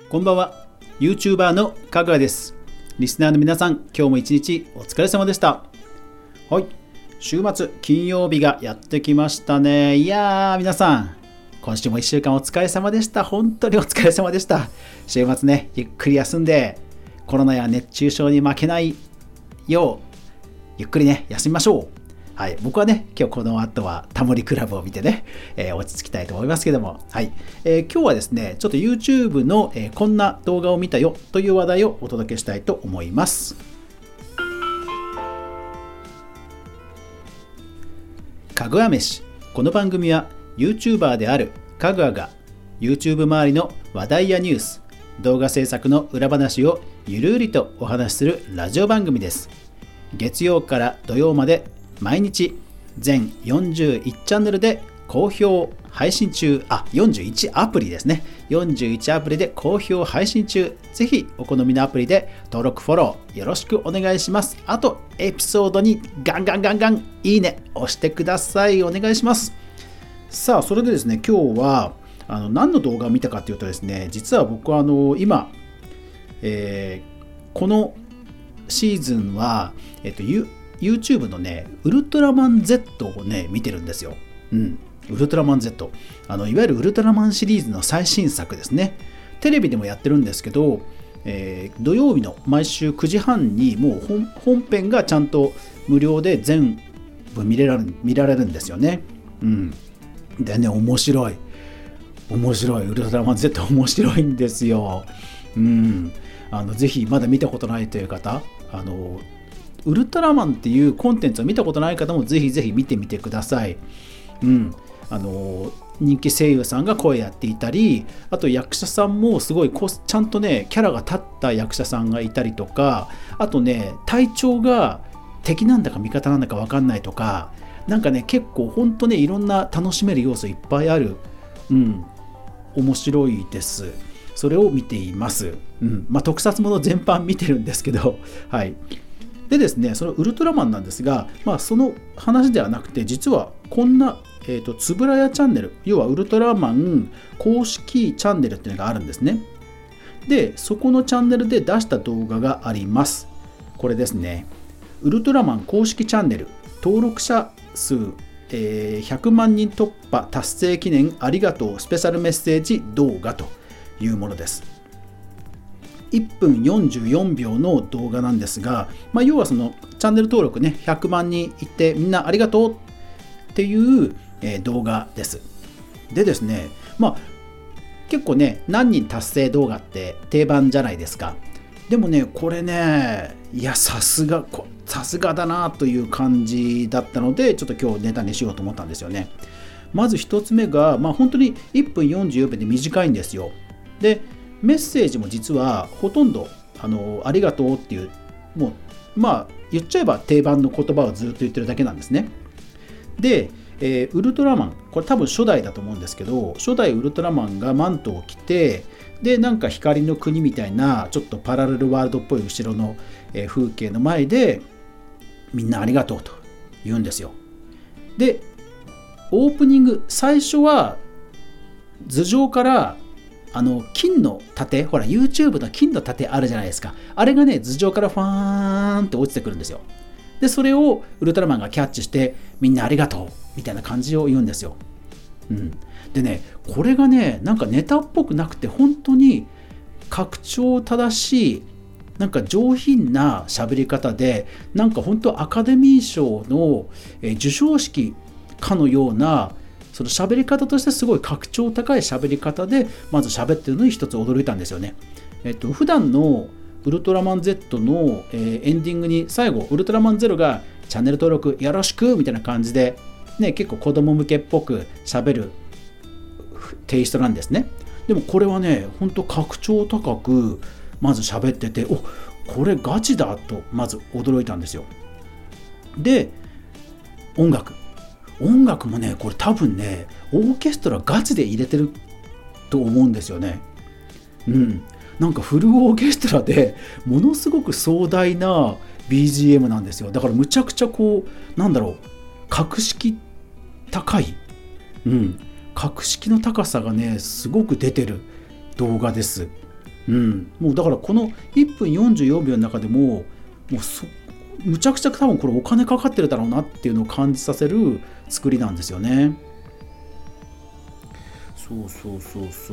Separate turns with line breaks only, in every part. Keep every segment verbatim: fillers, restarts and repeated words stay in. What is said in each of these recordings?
こんばんは。 YouTuber のかぐわです。リスナーの皆さん、今日も一日お疲れ様でした。はい、週末金曜日がやってきましたね。いやー皆さん、今週もいっしゅうかんお疲れ様でした。本当にお疲れ様でした。週末ね、ゆっくり休んでコロナや熱中症に負けないようゆっくりね休みましょう。はい、僕はね、今日この後はタモリクラブを見てね、えー、落ち着きたいと思いますけども、はい、えー、今日はですね、ちょっと YouTube の、えー、こんな動画を見たよという話題をお届けしたいと思います。かぐわ飯。この番組は YouTuber であるかぐわが YouTube 周りの話題やニュース、動画制作の裏話をゆるりとお話しするラジオ番組です。月曜から土曜まで毎日全よんじゅういちチャンネルで好評配信中。あ、よんじゅういちアプリですね。よんじゅういちアプリで好評配信中。ぜひお好みのアプリで登録フォローよろしくお願いします。あとエピソードにガンガンガンガンいいね押してください。お願いします。さあ、それでですね、今日はあの何の動画を見たかというとですね、実は僕はあの今、えー、このシーズンは、えっと、YouTube のね、ウルトラマン Z をね、見てるんですよ。うん。ウルトラマン Z。あの、いわゆるウルトラマンシリーズの最新作ですね。テレビでもやってるんですけど、えー、土曜日の毎週くじはんにもう 本, 本編がちゃんと無料で全部見れられる、見られるんですよね。うん。でね、面白い。面白い。ウルトラマン Z 面白いんですよ。うん。あの、ぜひまだ見たことないという方、あの、ウルトラマンっていうコンテンツを見たことない方もぜひぜひ見てみてください。うん、あの人気声優さんが声やっていたり、あと役者さんもすごいこちゃんとねキャラが立った役者さんがいたりとか、あとね隊長が敵なんだか味方なんだか分かんないとか、なんかね結構ほんとねいろんな楽しめる要素いっぱいある、うん、面白いです。それを見ています。うん、まあ特撮もの全般見てるんですけど、はい。でですね、そのウルトラマンなんですが、まあ、その話ではなくて、実はこんな、えーと、つぶらやチャンネル、要はウルトラマン公式チャンネルっていうのがあるんですね。で、そこのチャンネルで出した動画があります。これですね。ウルトラマン公式チャンネル、登録者数、えー、ひゃくまんにん突破達成記念ありがとうスペシャルメッセージ動画というものです。いっぷんよんじゅうよんびょうの動画なんですが、まあ、要はそのチャンネル登録ねひゃくまんにんいってみんなありがとうっていう、えー、動画です。でですね、まあ結構ね何人達成動画って定番じゃないですか。でもねこれねいやさすがさすがだなという感じだったので、ちょっと今日ネタにしようと思ったんですよね。まず一つ目が、まあ本当にいっぷんよんじゅうよんびょうで短いんですよ。でメッセージも実はほとんど あのありがとうっていうもうまあ言っちゃえば定番の言葉をずっと言ってるだけなんですね。で、えー、ウルトラマンこれ多分初代だと思うんですけど、初代ウルトラマンがマントを着て、でなんか光の国みたいなちょっとパラレルワールドっぽい後ろの風景の前でみんなありがとうと言うんですよ。でオープニング最初は頭上からあの金の盾、ほら YouTube の金の盾あるじゃないですか。あれがね頭上からファーンって落ちてくるんですよ。でそれをウルトラマンがキャッチしてみんなありがとうみたいな感じを言うんですよ。うん、でねこれがねなんかネタっぽくなくて本当に格調正しいなんか上品な喋り方で、なんか本当アカデミー賞の授賞式かのようなその喋り方としてすごい格調高い喋り方でまず喋ってるのに一つ驚いたんですよね。えっと普段のウルトラマン Z の、えー、エンディングに最後ウルトラマンゼロがチャンネル登録よろしくみたいな感じで、ね、結構子供向けっぽく喋るテイストなんですね。でもこれはね本当格調高くまず喋ってて、おこれガチだとまず驚いたんですよ。で音楽音楽もねこれ多分ねオーケストラガチで入れてると思うんですよね。うん、なんかフルオーケストラでものすごく壮大な ビージーエム なんですよ。だからむちゃくちゃこうなんだろう格式高い、うん、格式の高さがねすごく出てる動画です。 うん、もうだからこのいっぷんよんじゅうよんびょうの中でももうそむちゃくちゃ多分これお金かかってるだろうなっていうのを感じさせる作りなんですよね。そうそうそうそう。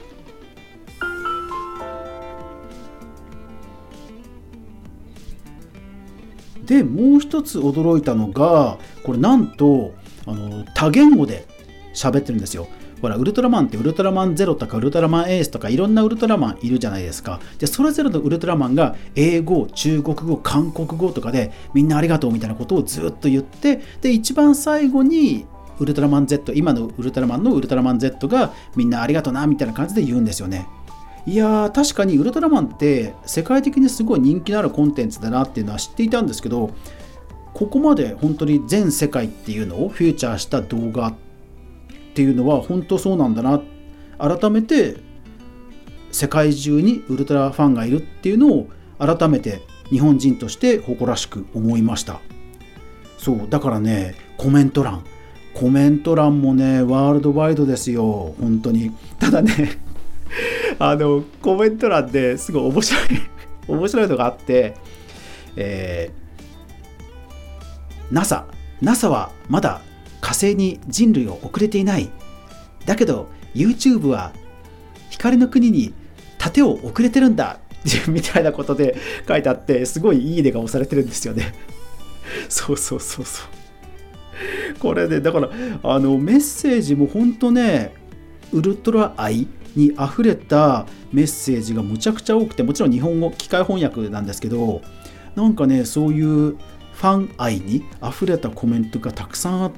でもう一つ驚いたのが、これなんとあの多言語で喋ってるんですよ。ほらウルトラマンってウルトラマンゼロとかウルトラマンエースとかいろんなウルトラマンいるじゃないですか。でそれぞれのウルトラマンが英語、中国語、韓国語とかでみんなありがとうみたいなことをずっと言って、で一番最後にウルトラマン Z、 今のウルトラマンのウルトラマン Z がみんなありがとうなみたいな感じで言うんですよね。いやー確かにウルトラマンって世界的にすごい人気のあるコンテンツだなっていうのは知っていたんですけど、ここまで本当に全世界っていうのをフューチャーした動画っていうのは本当そうなんだな、改めて世界中にウルトラファンがいるっていうのを改めて日本人として誇らしく思いました。そうだからね、コメント欄コメント欄もねワールドワイドですよ本当に。ただねあのコメント欄ですごい面白い面白いのがあって、えー、NASA NASA はまだ火星に人類を送れていない。だけど YouTube は光の国に盾を送れてるんだみたいなことで書いてあって、すごいいいねが押されてるんですよね。そうそうそうそう。これでだからあのメッセージも本当ね、ウルトラ愛にあふれたメッセージがむちゃくちゃ多くて、もちろん日本語機械翻訳なんですけど、なんかねそういうファン愛にあふれたコメントがたくさんあって、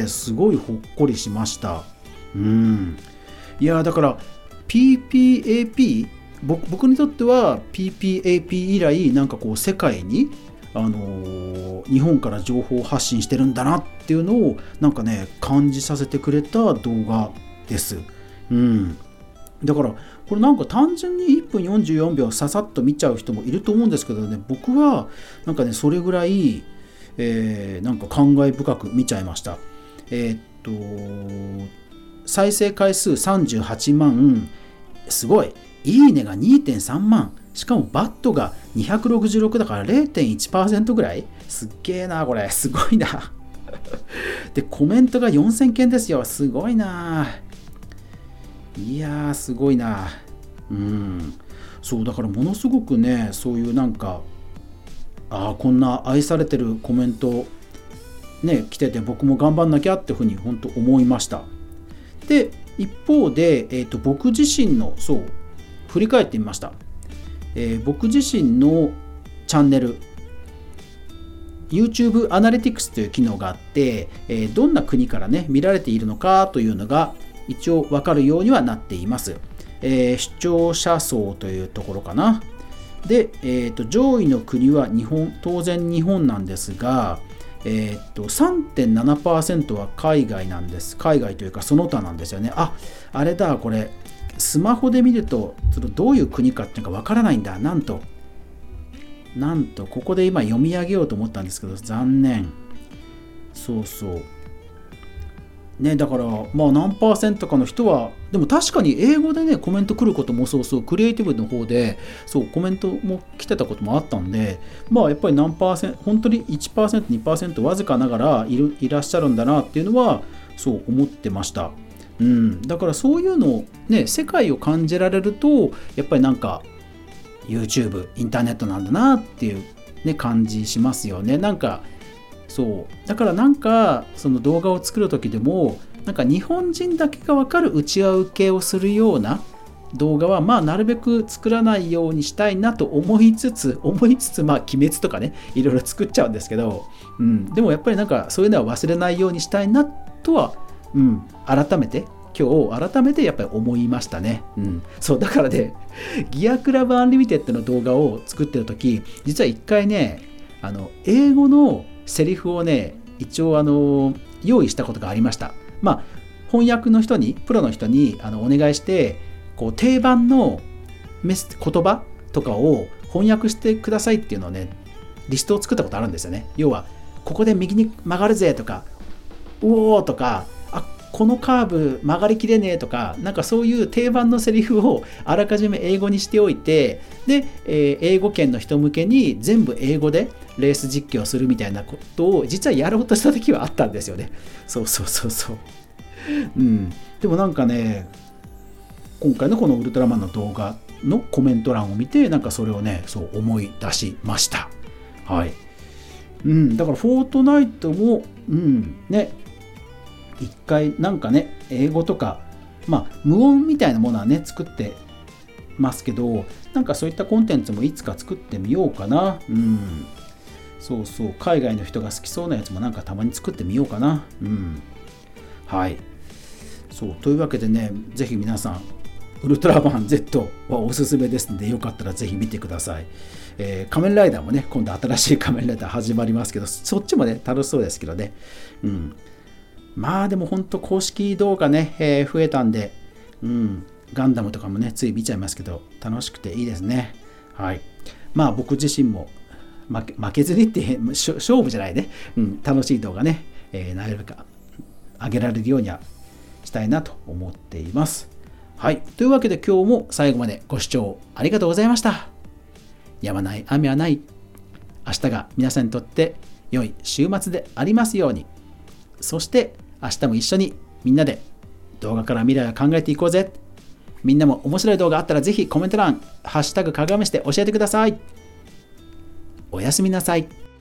すごいほっこりしました。うん。いやだから ピーピーエーピー 僕, 僕にとっては ピーピーエーピー 以来なんかこう世界にあのー、日本から情報を発信してるんだなっていうのをなんかね感じさせてくれた動画です。うん。だからこれなんか単純にいっぷんよんじゅうよんびょうささっと見ちゃう人もいると思うんですけどね、僕はなんかねそれぐらい、えー、なんか感慨深く見ちゃいました。えー、っと再生回数さんじゅうはちまん、すごいいいねが にてんさんまん、しかもバットがにひゃくろくじゅうろくだから れいてんいちパーセント ぐらい、すっげえなこれ、すごいな。でコメントがよんせんけんですよ、すごいな。いやーすごいな。うん。そうだからものすごくね、そういうなんかああこんな愛されてるコメントね来てて、僕も頑張んなきゃってふうに本当思いました。で一方で、えー、と僕自身のそう振り返ってみました。えー、僕自身のチャンネル YouTube アナリティクスという機能があって、えー、どんな国からね見られているのかというのが一応分かるようにはなっています。えー、視聴者層というところかな。で、えー、と上位の国は日本、当然日本なんですが、えー、と さんてんななパーセント は海外なんです。海外というかその他なんですよね。あ、あれだ、これスマホで見るとそのどういう国かっていうのがわからないんだ。なんとなんとここで今読み上げようと思ったんですけど残念。そうそうね、だからまあ何パーセントかの人は、でも確かに英語でねコメント来ることも、そうそうクリエイティブの方でそうコメントも来てたこともあったんで、まあやっぱり何パーセント、本当に いちパーセント、にパーセント わずかながらいるいらっしゃるんだなっていうのはそう思ってました。うん、だからそういうのをね世界を感じられると、やっぱりなんか YouTube インターネットなんだなっていうね感じしますよね。なんかそうだからなんかその動画を作る時でもなんか日本人だけが分かる内輪受けをするような動画はまあなるべく作らないようにしたいなと思いつつ思いつつまあ鬼滅とかねいろいろ作っちゃうんですけど、うん、でもやっぱりなんかそういうのは忘れないようにしたいなとは、うん、改めて今日改めてやっぱり思いましたね。うん、そうだからねギアクラブアンリミテッドの動画を作ってる時、実は一回ねあの英語のセリフをね一応あの用意したことがありました。まあ翻訳の人にプロの人にあのお願いしてこう定番のメス言葉とかを翻訳してくださいっていうのをねリストを作ったことあるんですよね。要はここで右に曲がるぜとかうおーとかあこのカーブ曲がりきれねえとか、なんかそういう定番のセリフをあらかじめ英語にしておいて、で、えー英語圏の人向けに全部英語でレース実況するみたいなことを実はやろうとした時はあったんですよね。そうそうそうそう。うん。でもなんかね、今回のこのウルトラマンの動画のコメント欄を見て、なんかそれをね、そう思い出しました。はい。うん、だからフォートナイトも、うん、ね、一回なんかね、英語とか、まあ無音みたいなものはね、作ってますけど、なんかそういったコンテンツもいつか作ってみようかな。うん。そうそう、海外の人が好きそうなやつもなんかたまに作ってみようかな。うん。はい。そう、というわけでね、ぜひ皆さん、ウルトラマン Z はおすすめですので、よかったらぜひ見てください。えー、仮面ライダーもね、今度新しい仮面ライダー始まりますけど、そっちもね、楽しそうですけどね。うん。まあでも本当公式動画ね、えー、増えたんで、うん、ガンダムとかもね、つい見ちゃいますけど、楽しくていいですね。はい。まあ僕自身も負け、負けずにって勝負じゃないね、うん、楽しい動画ね、えー、なるべく上げられるようにはしたいなと思っています。はい。というわけで今日も最後までご視聴ありがとうございました。止まない雨はない。明日が皆さんにとって良い週末でありますように。そして明日も一緒にみんなで動画から未来を考えていこうぜ。みんなも面白い動画あったらぜひコメント欄、ハッシュタグかぐわ飯で教えてください。おやすみなさい。